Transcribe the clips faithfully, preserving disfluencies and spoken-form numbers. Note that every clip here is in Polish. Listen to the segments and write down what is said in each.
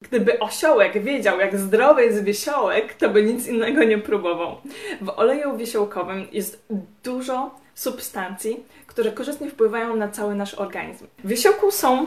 Gdyby osiołek wiedział, jak zdrowy jest wiesiołek, to by nic innego nie próbował. W oleju wiesiołkowym jest dużo substancji, które korzystnie wpływają na cały nasz organizm. W wiesiołku są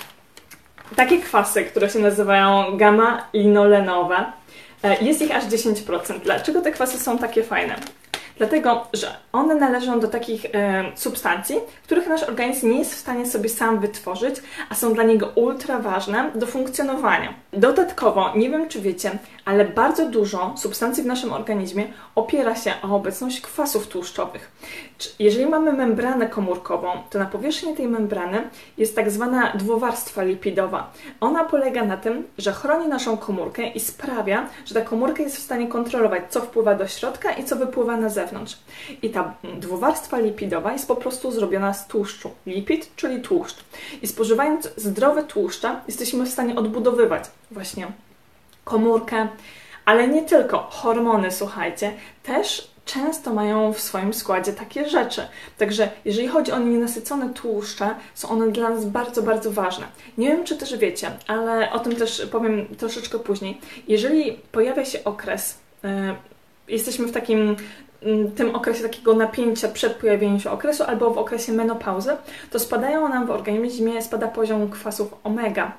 takie kwasy, które się nazywają gamma-linolenowe. Jest ich aż dziesięć procent. Dlaczego te kwasy są takie fajne? Dlatego, że one należą do takich e, substancji, których nasz organizm nie jest w stanie sobie sam wytworzyć, a są dla niego ultra ważne do funkcjonowania. Dodatkowo, nie wiem czy wiecie, ale bardzo dużo substancji w naszym organizmie opiera się o obecność kwasów tłuszczowych. Jeżeli mamy membranę komórkową, to na powierzchni tej membrany jest tak zwana dwuwarstwa lipidowa. Ona polega na tym, że chroni naszą komórkę i sprawia, że ta komórka jest w stanie kontrolować, co wpływa do środka i co wypływa na zewnątrz. I ta dwuwarstwa lipidowa jest po prostu zrobiona z tłuszczu. Lipid, czyli tłuszcz. I spożywając zdrowe tłuszcze, jesteśmy w stanie odbudowywać właśnie komórkę, ale nie tylko. Hormony, słuchajcie, też często mają w swoim składzie takie rzeczy. Także jeżeli chodzi o nienasycone tłuszcze, są one dla nas bardzo, bardzo ważne. Nie wiem, czy też wiecie, ale o tym też powiem troszeczkę później. Jeżeli pojawia się okres, yy, jesteśmy w takim tym okresie takiego napięcia przed pojawieniem się okresu albo w okresie menopauzy, to spadają nam w organizmie, spada poziom kwasów omega.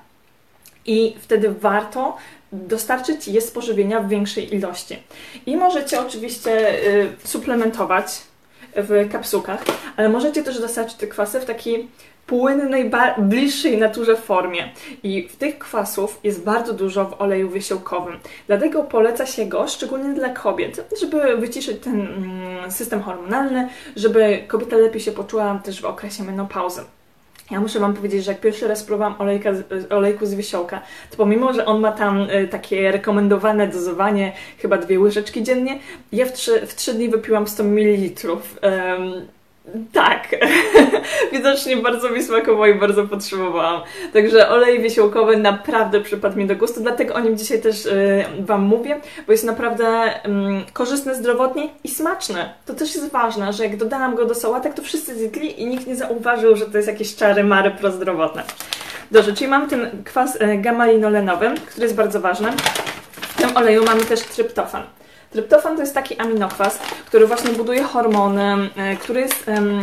I wtedy warto dostarczyć je z pożywienia w większej ilości. I możecie oczywiście y, suplementować w kapsułkach, ale możecie też dostarczyć te kwasy w takiej płynnej, bliższej naturze formie. I w tych kwasów jest bardzo dużo w oleju wiesiołkowym. Dlatego poleca się go szczególnie dla kobiet, żeby wyciszyć ten mm, system hormonalny, żeby kobieta lepiej się poczuła też w okresie menopauzy. Ja muszę Wam powiedzieć, że jak pierwszy raz próbowałam olejka, olejku z wiesiołka, to pomimo, że on ma tam y, takie rekomendowane dozowanie, chyba dwie łyżeczki dziennie, ja w trzy, w trzy dni wypiłam sto mililitrów. Um, tak, widocznie bardzo mi smakowało i bardzo potrzebowałam. Także olej wiesiołkowy naprawdę przypadł mi do gustu, dlatego o nim dzisiaj też y, Wam mówię, bo jest naprawdę y, korzystny zdrowotnie i smaczny. To też jest ważne, że jak dodałam go do sałatek, to wszyscy zjedli i nikt nie zauważył, że to jest jakieś czary mary prozdrowotne. Dobrze, czyli mamy ten kwas y, gamma-linolenowy, który jest bardzo ważny. W tym oleju mamy też tryptofan. Tryptofan to jest taki aminokwas, który właśnie buduje hormony, który jest um, um,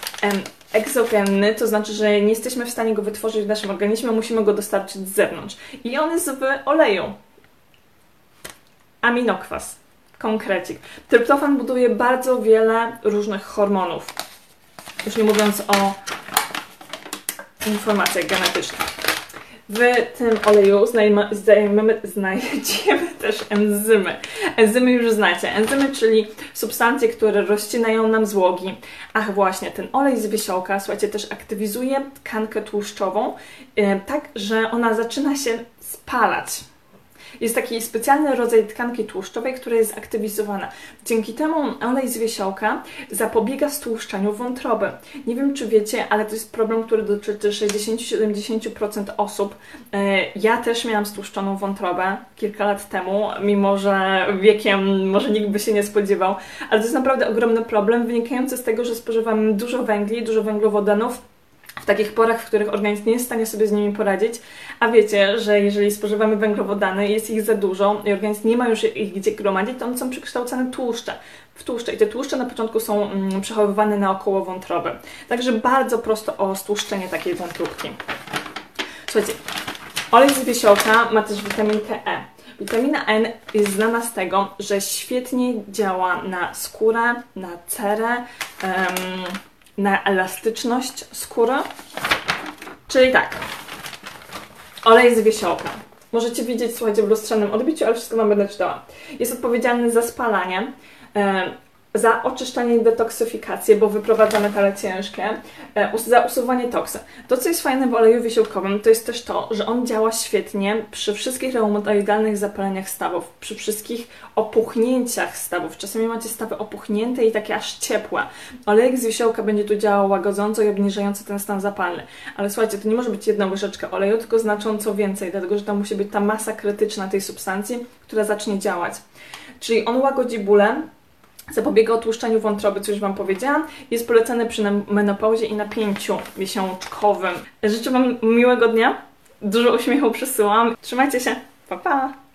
egzogenny, to znaczy, że nie jesteśmy w stanie go wytworzyć w naszym organizmie, musimy go dostarczyć z zewnątrz. I on jest w oleju. Aminokwas. Konkrecik. Tryptofan buduje bardzo wiele różnych hormonów. Już nie mówiąc o informacjach genetycznych. W tym oleju znajdziemy, znajdziemy też enzymy. Enzymy już znacie. Enzymy, czyli substancje, które rozcinają nam złogi. Ach właśnie, ten olej z wiesiołka, słuchajcie, też aktywizuje tkankę tłuszczową, yy, tak, że ona zaczyna się spalać. Jest taki specjalny rodzaj tkanki tłuszczowej, która jest aktywizowana. Dzięki temu olej z wiesiołka zapobiega stłuszczaniu wątroby. Nie wiem, czy wiecie, ale to jest problem, który dotyczy sześćdziesiąt do siedemdziesięciu procent osób. Ja też miałam stłuszczoną wątrobę kilka lat temu, mimo że wiekiem może nikt by się nie spodziewał, ale to jest naprawdę ogromny problem, wynikający z tego, że spożywamy dużo węgli, dużo węglowodanów, w takich porach, w których organizm nie jest w stanie sobie z nimi poradzić, a wiecie, że jeżeli spożywamy węglowodany, jest ich za dużo i organizm nie ma już ich gdzie gromadzić, to one są przekształcane tłuszcze, w tłuszcze i te tłuszcze na początku są mm, przechowywane naokoło wątroby. Także bardzo prosto o stłuszczenie takiej wątróbki. Słuchajcie, olej z wiesiołka ma też witaminkę E. Witamina N jest znana z tego, że świetnie działa na skórę, na cerę, um, na elastyczność skóry. Czyli tak, olej z wiesiołka. Możecie widzieć, słuchajcie, w lustrzanym odbiciu, ale wszystko Wam będę czytała. Jest odpowiedzialny za spalanie, e, za oczyszczanie i detoksyfikację, bo wyprowadza metale ciężkie, e, za usuwanie toksyn. To, co jest fajne w oleju wiesiołkowym, to jest też to, że on działa świetnie przy wszystkich reumatoidalnych zapaleniach stawów, przy wszystkich opuchnięciach stawów. Czasami macie stawy opuchnięte i takie aż ciepłe. Olejek z wiesiołka będzie tu działał łagodząco i obniżająco ten stan zapalny. Ale słuchajcie, to nie może być jedna łyżeczka oleju, tylko znacząco więcej, dlatego że tam musi być ta masa krytyczna tej substancji, która zacznie działać. Czyli on łagodzi bóle, zapobiega otłuszczaniu wątroby, co już Wam powiedziałam. Jest polecany przy menopauzie i napięciu miesiączkowym. Życzę Wam miłego dnia. Dużo uśmiechu przesyłam. Trzymajcie się. Pa, pa!